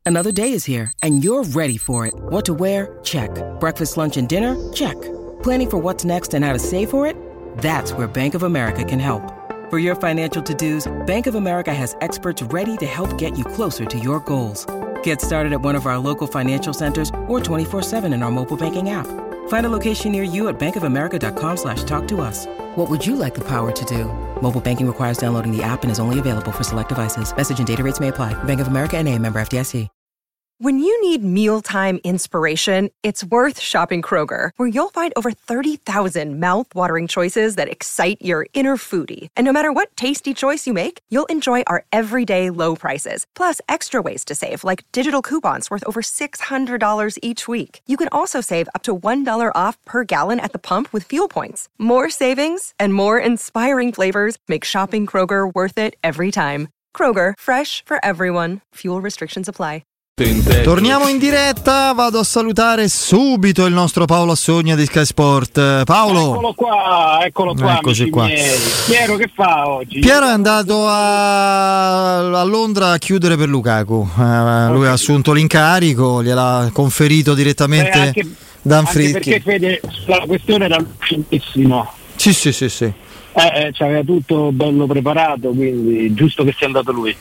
Another day is here, and you're ready for it. What to wear? Check. Breakfast, lunch, and dinner? Check. Planning for what's next and how to save for it? That's where Bank of America can help. For your financial to-dos, Bank of America has experts ready to help get you closer to your goals. Get started at one of our local financial centers or 24/7 in our mobile banking app. Find a location near you at bankofamerica.com/talktous. What would you like the power to do? Mobile banking requires downloading the app and is only available for select devices. Message and data rates may apply. Bank of America N.A., member FDIC. When you need mealtime inspiration, it's worth shopping Kroger, where you'll find over 30,000 mouth-watering choices that excite your inner foodie. And no matter what tasty choice you make, you'll enjoy our everyday low prices, plus extra ways to save, like digital coupons worth over $600 each week. You can also save up to $1 off per gallon at the pump with fuel points. More savings and more inspiring flavors make shopping Kroger worth it every time. Kroger, fresh for everyone. Fuel restrictions apply. Torniamo in diretta, vado a salutare subito il nostro Paolo Assogna di Sky Sport. Paolo, eccolo qua. Eccoci qua. Piero, che fa oggi? Piero è andato a Londra a chiudere per Lukaku. Lui ha assunto l'incarico, gliel'ha conferito direttamente Dan Friedkin. Anche perché Fede, la questione era lucentissimo. Sì. C'aveva tutto bello preparato, quindi giusto che sia andato lui.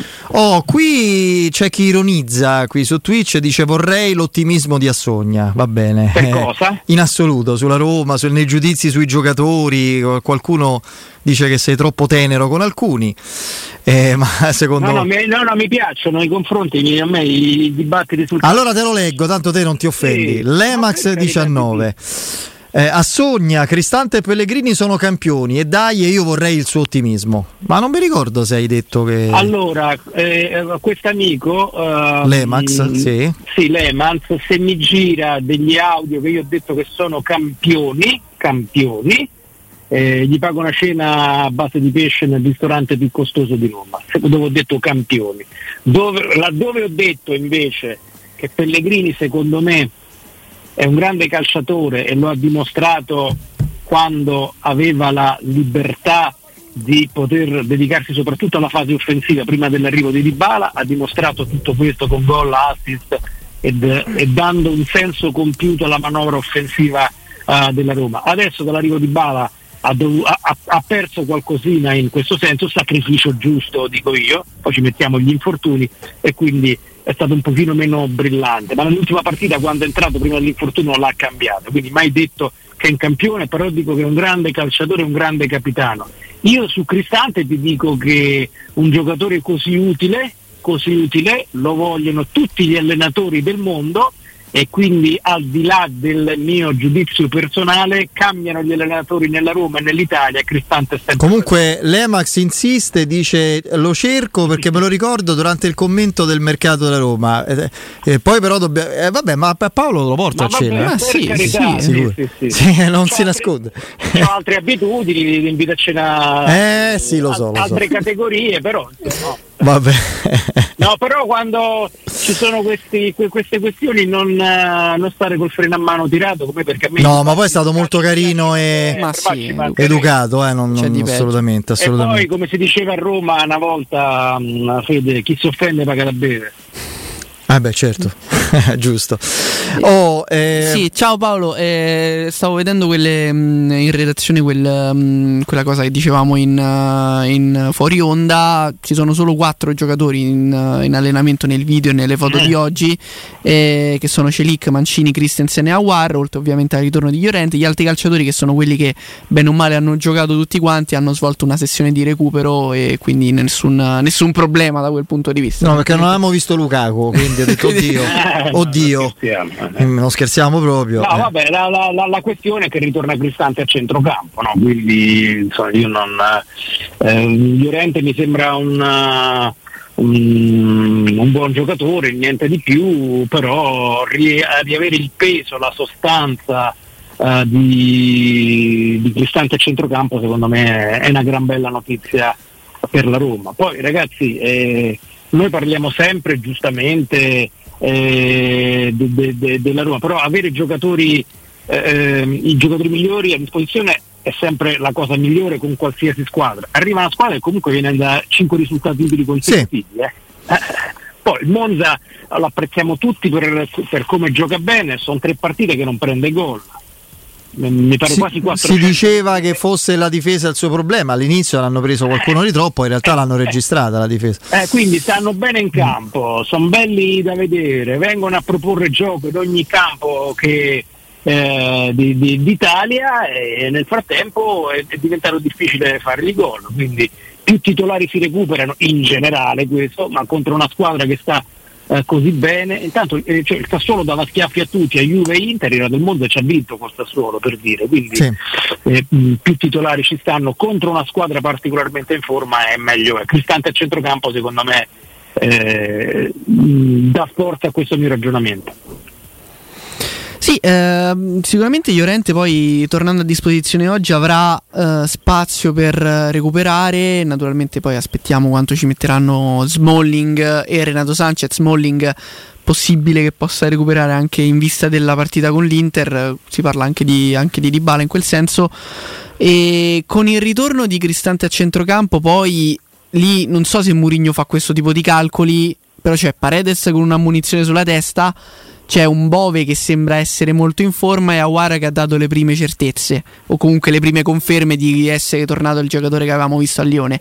Qui c'è chi ironizza qui su Twitch, dice vorrei l'ottimismo di Assogna, va bene. Per cosa? In assoluto, sulla Roma, nei giudizi sui giocatori, qualcuno dice che sei troppo tenero con alcuni, ma secondo No, mi piacciono i confronti, a me i dibattiti sul... Allora te lo leggo, tanto te non ti offendi. Sì. L'Emax 19. Assogna, Cristante e Pellegrini sono campioni e io vorrei il suo ottimismo. Ma non mi ricordo se hai detto che... Allora, quest'amico l'Emax, sì, l'Emax, se mi gira degli audio che io ho detto che sono campioni, gli pago una cena a base di pesce nel ristorante più costoso di Roma, dove ho detto campioni. Laddove ho detto invece che Pellegrini secondo me è un grande calciatore e lo ha dimostrato quando aveva la libertà di poter dedicarsi soprattutto alla fase offensiva prima dell'arrivo di Dybala, ha dimostrato tutto questo con gol, assist e dando un senso compiuto alla manovra offensiva della Roma. Adesso dall'arrivo di Dybala ha perso qualcosina in questo senso, sacrificio giusto dico io, poi ci mettiamo gli infortuni e quindi è stato un pochino meno brillante, ma nell'ultima partita quando è entrato prima dell'infortunio l'ha cambiato, quindi mai detto che è un campione, però dico che è un grande calciatore, un grande capitano. Io su Cristante ti dico che un giocatore così utile lo vogliono tutti gli allenatori del mondo e quindi al di là del mio giudizio personale cambiano gli allenatori nella Roma e nell'Italia, Cristante è sempre comunque l'Emax insiste, dice lo cerco perché me lo ricordo durante il commento del mercato della Roma poi però vabbè, ma Paolo lo porta a cena sì, non si nasconde, ho altre abitudini, li invito a cena lo so. Altre categorie però no. Vabbè. No, però quando ci sono queste questioni non stare col freno a mano tirato come perché a me ma poi è stato molto carino e educato, non assolutamente. E poi come si diceva a Roma una volta, Fede, chi si offende paga da bere. Certo, giusto. Sì, ciao Paolo, stavo vedendo in redazione quella cosa che dicevamo in fuori onda. Ci sono solo 4 giocatori in allenamento nel video e nelle foto di oggi, che sono Celic, Mancini, Christensen e Aouar, oltre ovviamente al ritorno di Llorente. Gli altri calciatori, che sono quelli che bene o male hanno giocato tutti quanti, hanno svolto una sessione di recupero e quindi nessun problema da quel punto di vista. No, perché non avevamo visto Lukaku, quindi ho detto oddio. Non scherziamo proprio. No, vabbè, la questione è che ritorna Cristante a centrocampo, no? Quindi insomma, io non Llorente mi sembra un buon giocatore, niente di più, però riavere il peso, la sostanza di Cristante a centrocampo secondo me è una gran bella notizia per la Roma. Poi ragazzi, noi parliamo sempre giustamente della Roma, però avere i giocatori migliori a disposizione è sempre la cosa migliore con qualsiasi squadra. Arriva una squadra e comunque viene da 5 risultati utili consecutivi, Poi il Monza lo apprezziamo tutti per come gioca bene, sono 3 partite che non prende gol. Mi pare quasi 400. Si diceva che fosse la difesa il suo problema, all'inizio l'hanno preso qualcuno di troppo, in realtà l'hanno registrata la difesa. Quindi stanno bene in campo, sono belli da vedere, vengono a proporre gioco in ogni campo che d'Italia, e nel frattempo è diventato difficile fargli gol, quindi più titolari si recuperano in generale questo, ma contro una squadra che sta così bene. Intanto il Sassuolo dava schiaffi a tutti, a Juve e Inter, era del mondo e ci ha vinto col Sassuolo, per dire, quindi sì. Più titolari ci stanno contro una squadra particolarmente in forma, è meglio. Cristante a centrocampo secondo me dà forza a questo mio ragionamento. Sì, sicuramente Llorente poi, tornando a disposizione oggi, avrà spazio per recuperare. Naturalmente poi aspettiamo quanto ci metteranno Smalling e Renato Sanchez. Smalling possibile che possa recuperare anche in vista della partita con l'Inter, si parla anche di Dybala in quel senso, e con il ritorno di Cristante a centrocampo poi lì non so se Mourinho fa questo tipo di calcoli, però c'è Paredes con una munizione sulla testa, c'è un Bove che sembra essere molto in forma e Aouar che ha dato le prime certezze o comunque le prime conferme di essere tornato il giocatore che avevamo visto a Lione.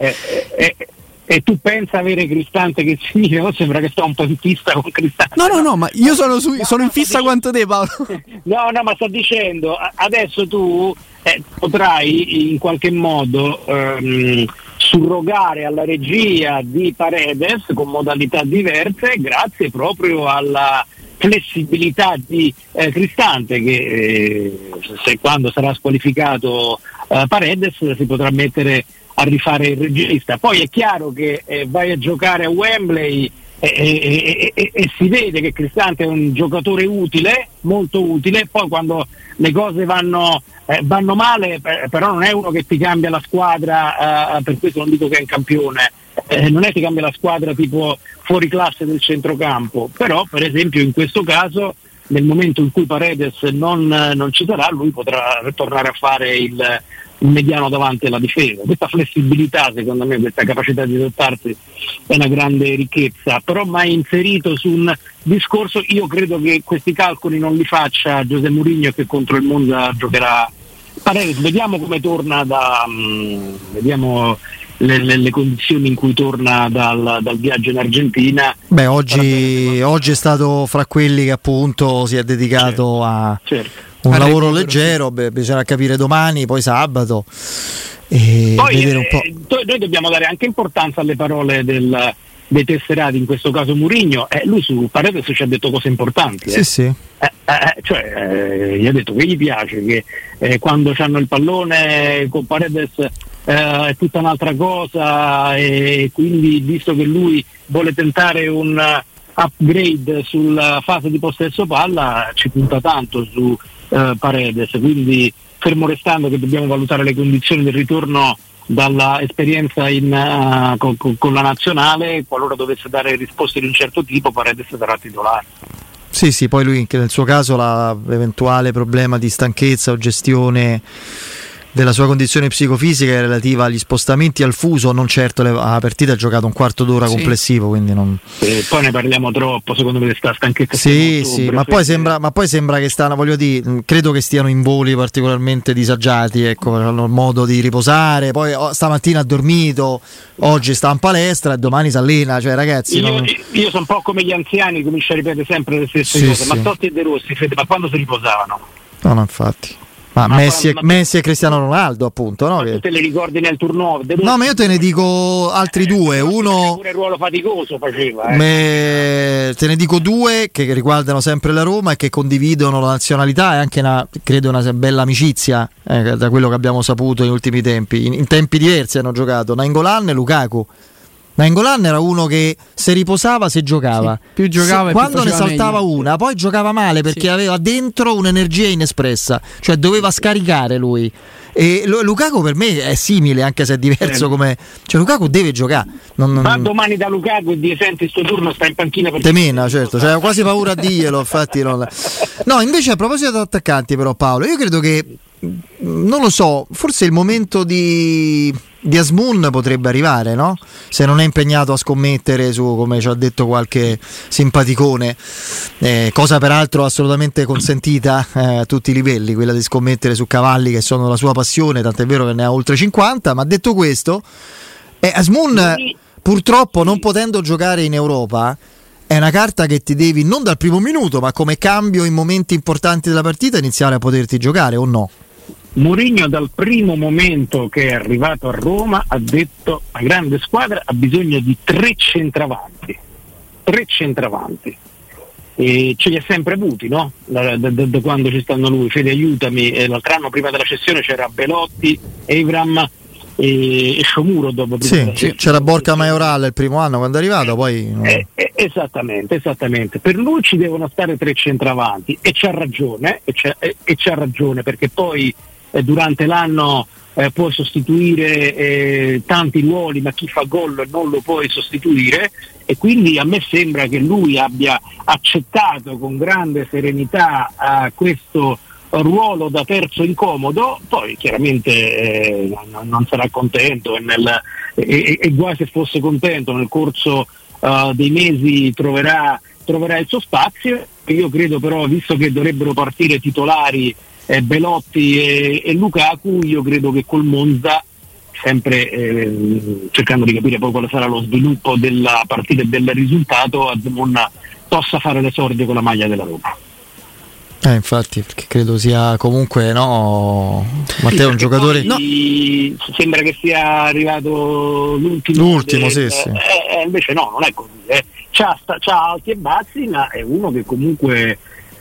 E tu pensa avere Cristante che significa? Sembra che sto un po' in fissa con Cristante. No, ma io sono in fissa quanto te, Paolo. No, ma sto dicendo, adesso tu potrai in qualche modo surrogare alla regia di Paredes con modalità diverse grazie proprio alla flessibilità di Cristante, che se quando sarà squalificato Paredes si potrà mettere a rifare il regista. Poi è chiaro che vai a giocare a Wembley e si vede che Cristante è un giocatore utile, molto utile. Poi quando le cose vanno male, però non è uno che ti cambia la squadra, per questo non dico che è un campione, non è che ti cambia la squadra tipo fuori classe del centrocampo, però per esempio in questo caso nel momento in cui Paredes non ci sarà, lui potrà tornare a fare il mediano davanti alla difesa. Questa flessibilità, secondo me, questa capacità di adattarsi è una grande ricchezza, però mai inserito su un discorso. Io credo che questi calcoli non li faccia José Mourinho, che contro il Monza giocherà Paredes. Vediamo come torna vediamo le condizioni in cui torna dal viaggio in Argentina. Beh, oggi è stato fra quelli che appunto si è dedicato a un lavoro leggero. Bisogna capire domani, poi sabato, e poi vedere un po'. Noi dobbiamo dare anche importanza alle parole dei tesserati, in questo caso Mourinho. Lui su Paredes ci ha detto cose importanti. Sì. Gli ha detto che gli piace, che quando hanno il pallone con Paredes è tutta un'altra cosa, e quindi visto che lui vuole tentare un upgrade sulla fase di possesso palla, ci punta tanto su Paredes, quindi fermo restando che dobbiamo valutare le condizioni del ritorno dalla esperienza con la nazionale, qualora dovesse dare risposte di un certo tipo Paredes sarà titolare. Sì, poi lui che nel suo caso l'eventuale problema di stanchezza o gestione della sua condizione psicofisica è relativa agli spostamenti al fuso, non certo la partita ha giocato un quarto d'ora complessivo, quindi non. Poi ne parliamo troppo, secondo me, di sta stanchezza. Sì, ma poi sembra che stanno, voglio dire, credo che stiano in voli particolarmente disagiati, ecco, hanno modo di riposare, poi stamattina ha dormito, oggi sta in palestra e domani si allena, cioè ragazzi. Io sono un po' come gli anziani, comincio a ripetere sempre le stesse cose, ma Totti e De Rossi, ma quando si riposavano? No, infatti. Ma Messi e Cristiano Ronaldo, appunto, no? Tu te le ricordi nel turnover? No, ma io te ne dico altri due. Uno pure il ruolo faticoso faceva. Te ne dico due che riguardano sempre la Roma e che condividono la nazionalità e anche credo una bella amicizia, da quello che abbiamo saputo negli ultimi tempi. In tempi diversi hanno giocato Nainggolan e Lukaku. Nainggolan era uno che se riposava, se giocava, più giocava, quando più ne saltava meglio. Una, poi giocava male perché aveva dentro un'energia inespressa, cioè doveva scaricare lui. E Lukaku per me è simile, anche se è diverso come, cioè Lukaku deve giocare. Ma domani da Lukaku e senti sto turno sta in panchina per temena, certo, cioè, quasi paura a dirglielo, infatti non. No, invece a proposito di attaccanti però, Paolo, io credo che non lo so, forse il momento di Azmoun potrebbe arrivare, no? Se non è impegnato a scommettere su, come ci ha detto qualche simpaticone, cosa peraltro assolutamente consentita a tutti i livelli, quella di scommettere su cavalli che sono la sua passione, tant'è vero che ne ha oltre 50. Ma detto questo, Azmoun purtroppo, non potendo giocare in Europa, è una carta che ti devi, non dal primo minuto, ma come cambio in momenti importanti della partita, iniziare a poterti giocare, o no? Mourinho dal primo momento che è arrivato a Roma ha detto: la grande squadra ha bisogno di 3 centravanti, e ce li ha sempre avuti, no? Da quando ci stanno lui. Fede, aiutami, l'altro anno prima della cessione c'era Belotti, Evram e Sciomuro dopo. Sì, c'era Borca Majoral il primo anno quando è arrivato, poi esattamente. Per lui ci devono stare 3 centravanti, e c'ha ragione, perché poi durante l'anno puoi sostituire tanti ruoli, ma chi fa gol non lo puoi sostituire, e quindi a me sembra che lui abbia accettato con grande serenità questo ruolo da terzo incomodo. Poi chiaramente non sarà contento, e guai se fosse contento, nel corso dei mesi troverà il suo spazio. Io credo però, visto che dovrebbero partire titolari Belotti e Lukaku, io credo che col Monza, sempre cercando di capire poi quale sarà lo sviluppo della partita e del risultato, Azmoun possa fare l'esordio con la maglia della Roma. Infatti, perché credo sia comunque, no, Matteo, un giocatore. Sembra che sia arrivato l'ultimo sì. Invece no, non è così. C'ha alti e bassi, ma è uno che comunque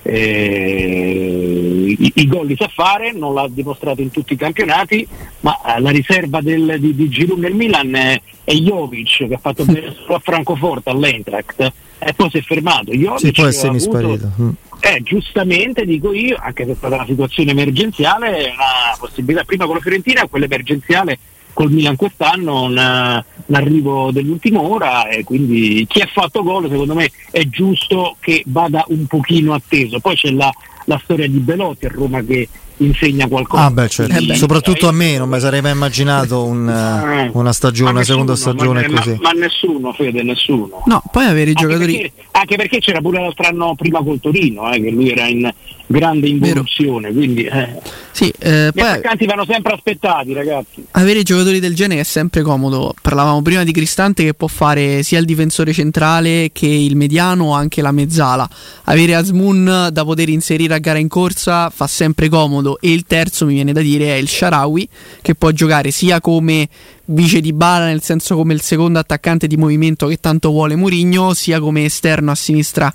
i gol li sa fare, non l'ha dimostrato in tutti i campionati, ma la riserva di Giroud nel Milan è Jovic, che ha fatto bene solo a Francoforte, all'Eintracht, e poi si è fermato. Jovic poi è semisparito. Giustamente, dico io, anche se è stata una situazione emergenziale, una possibilità prima con la Fiorentina, quella emergenziale col Milan quest'anno, un arrivo dell'ultima ora, e quindi chi ha fatto gol secondo me è giusto che vada un pochino atteso. Poi c'è la storia di Belotti a Roma che insegna qualcosa. Certo. Soprattutto a me non mi sarei mai immaginato una stagione, una seconda stagione così. Ma nessuno, Fede, nessuno. No, poi avere i giocatori. Anche perché c'era pure l'altro anno prima col Torino, che lui era in grande involuzione, quindi sì, gli attaccanti vanno sempre aspettati, ragazzi. Avere i giocatori del genere è sempre comodo. Parlavamo prima di Cristante, che può fare sia il difensore centrale che il mediano o anche la mezzala. Avere Azmoun da poter inserire a gara in corsa fa sempre comodo. E il terzo, mi viene da dire, è il Shaarawy, che può giocare sia come vice Dybala, nel senso come il secondo attaccante di movimento che tanto vuole Mourinho, sia come esterno a sinistra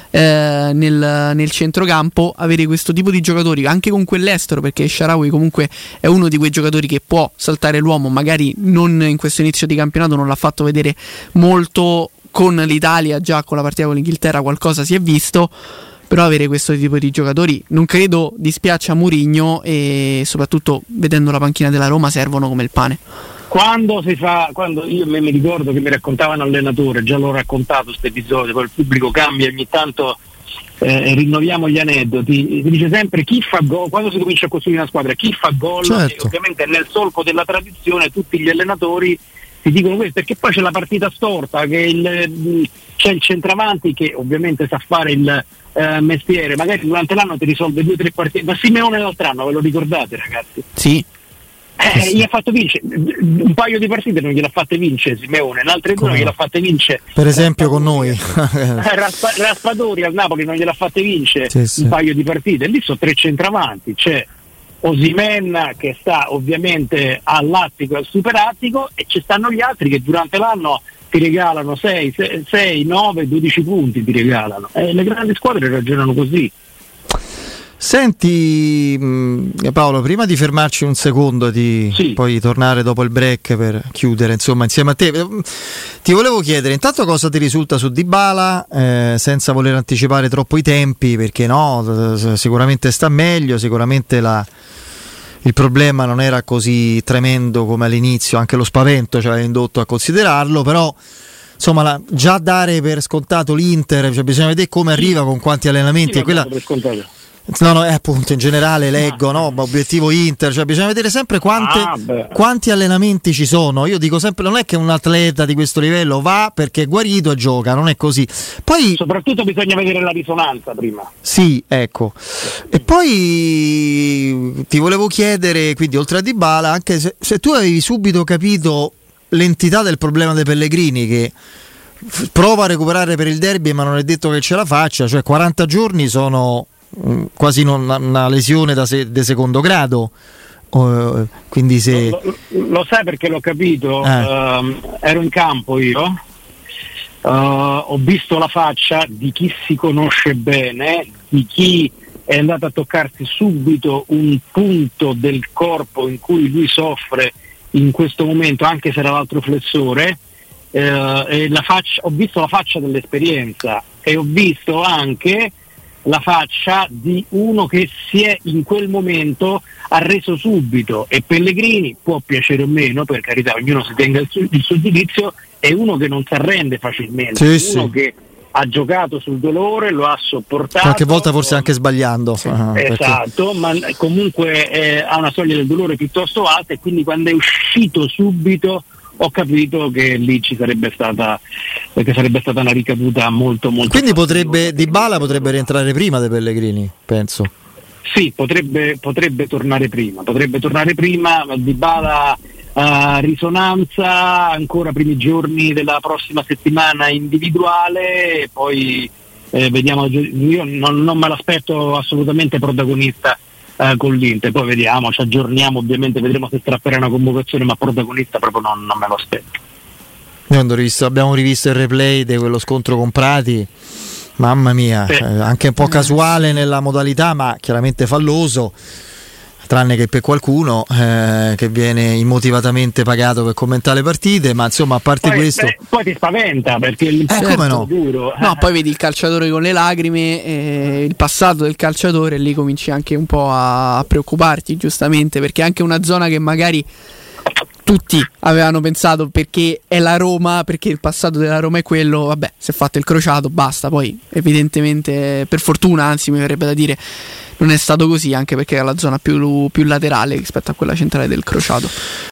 nel centrocampo. Avere questo tipo di giocatori anche con quell'estero, perché Shaarawy comunque è uno di quei giocatori che può saltare l'uomo, magari non in questo inizio di campionato, non l'ha fatto vedere molto con l'Italia, già con la partita con l'Inghilterra qualcosa si è visto, però avere questo tipo di giocatori non credo dispiaccia a Mourinho, e soprattutto vedendo la panchina della Roma servono come il pane. Quando io mi ricordo che mi raccontavano allenatore, già l'ho raccontato questo episodio, poi il pubblico cambia ogni tanto, rinnoviamo gli aneddoti, si dice sempre chi fa gol, quando si comincia a costruire una squadra, chi fa gol, certo. E ovviamente nel solco della tradizione tutti gli allenatori ti dicono questo, perché poi c'è la partita storta, che c'è il centravanti che ovviamente sa fare il mestiere, magari durante l'anno ti risolve 2 o 3 partite, ma Simeone l'altro anno, ve lo ricordate, ragazzi? Sì. Gli ha fatto vincere un paio di partite, non gliel'ha fatte vincere Simeone, in altre 2 non gliel'ha fatte vincere, per esempio con noi Raspadori al Napoli non gliel'ha fatte vincere, sì. Un paio di partite. Lì sono 3 centravanti, c'è Osimhen che sta ovviamente all'attico e al superattico, e ci stanno gli altri che durante l'anno ti regalano 6, 9, 12 punti ti regalano, le grandi squadre ragionano così. Senti Paolo, prima di fermarci un secondo, poi tornare dopo il break per chiudere insomma insieme a te, ti volevo chiedere intanto cosa ti risulta su Dybala, senza voler anticipare troppo i tempi, perché no, sicuramente sta meglio, sicuramente il problema non era così tremendo come all'inizio, anche lo spavento ci aveva indotto a considerarlo, però insomma già dare per scontato l'Inter, cioè bisogna vedere come arriva, con quanti allenamenti, No, appunto, in generale leggo, no? Obiettivo Inter, cioè bisogna vedere sempre quanti allenamenti ci sono. Io dico sempre, non è che un atleta di questo livello va perché è guarito e gioca, non è così. Poi soprattutto bisogna vedere la risonanza prima. Sì, ecco. E poi ti volevo chiedere, quindi oltre a Dybala, anche se tu avevi subito capito l'entità del problema dei Pellegrini, che prova a recuperare per il derby ma non è detto che ce la faccia, cioè 40 giorni sono quasi una lesione di secondo grado, quindi se lo sai perché l'ho capito, ero in campo io, ho visto la faccia di chi si conosce bene, di chi è andato a toccarsi subito un punto del corpo in cui lui soffre in questo momento, anche se era l'altro flessore, e ho visto la faccia dell'esperienza e ho visto anche la faccia di uno che si è in quel momento arreso subito, e Pellegrini può piacere o meno, per carità, ognuno si tenga il suo giudizio, è uno che non si arrende facilmente, uno che ha giocato sul dolore, lo ha sopportato, qualche volta forse anche sbagliando, esatto, ma comunque ha una soglia del dolore piuttosto alta, e quindi quando è uscito subito ho capito che lì ci sarebbe stata una ricaduta molto molto. Quindi Dybala potrebbe rientrare prima dei Pellegrini, penso. Sì, potrebbe tornare prima, Dybala risonanza ancora primi giorni della prossima settimana individuale, e poi vediamo. Io non me l'aspetto assolutamente protagonista con l'Inter, poi vediamo, ci aggiorniamo, ovviamente vedremo se strapperà una convocazione, ma protagonista proprio non me lo aspetto. Noi abbiamo rivisto il replay di quello scontro con Prati, mamma mia, anche un po' casuale nella modalità, ma chiaramente falloso, tranne che per qualcuno che viene immotivatamente pagato per commentare le partite, ma insomma, a parte questo poi ti spaventa perché come no? Duro. No, poi vedi il calciatore con le lacrime, il passato del calciatore, lì cominci anche un po' a preoccuparti, giustamente, perché è anche una zona che magari tutti avevano pensato, perché è la Roma, perché il passato della Roma è quello, vabbè, si è fatto il crociato, basta. Poi evidentemente, per fortuna, anzi mi verrebbe da dire, non è stato così, anche perché è la zona più laterale rispetto a quella centrale del crociato.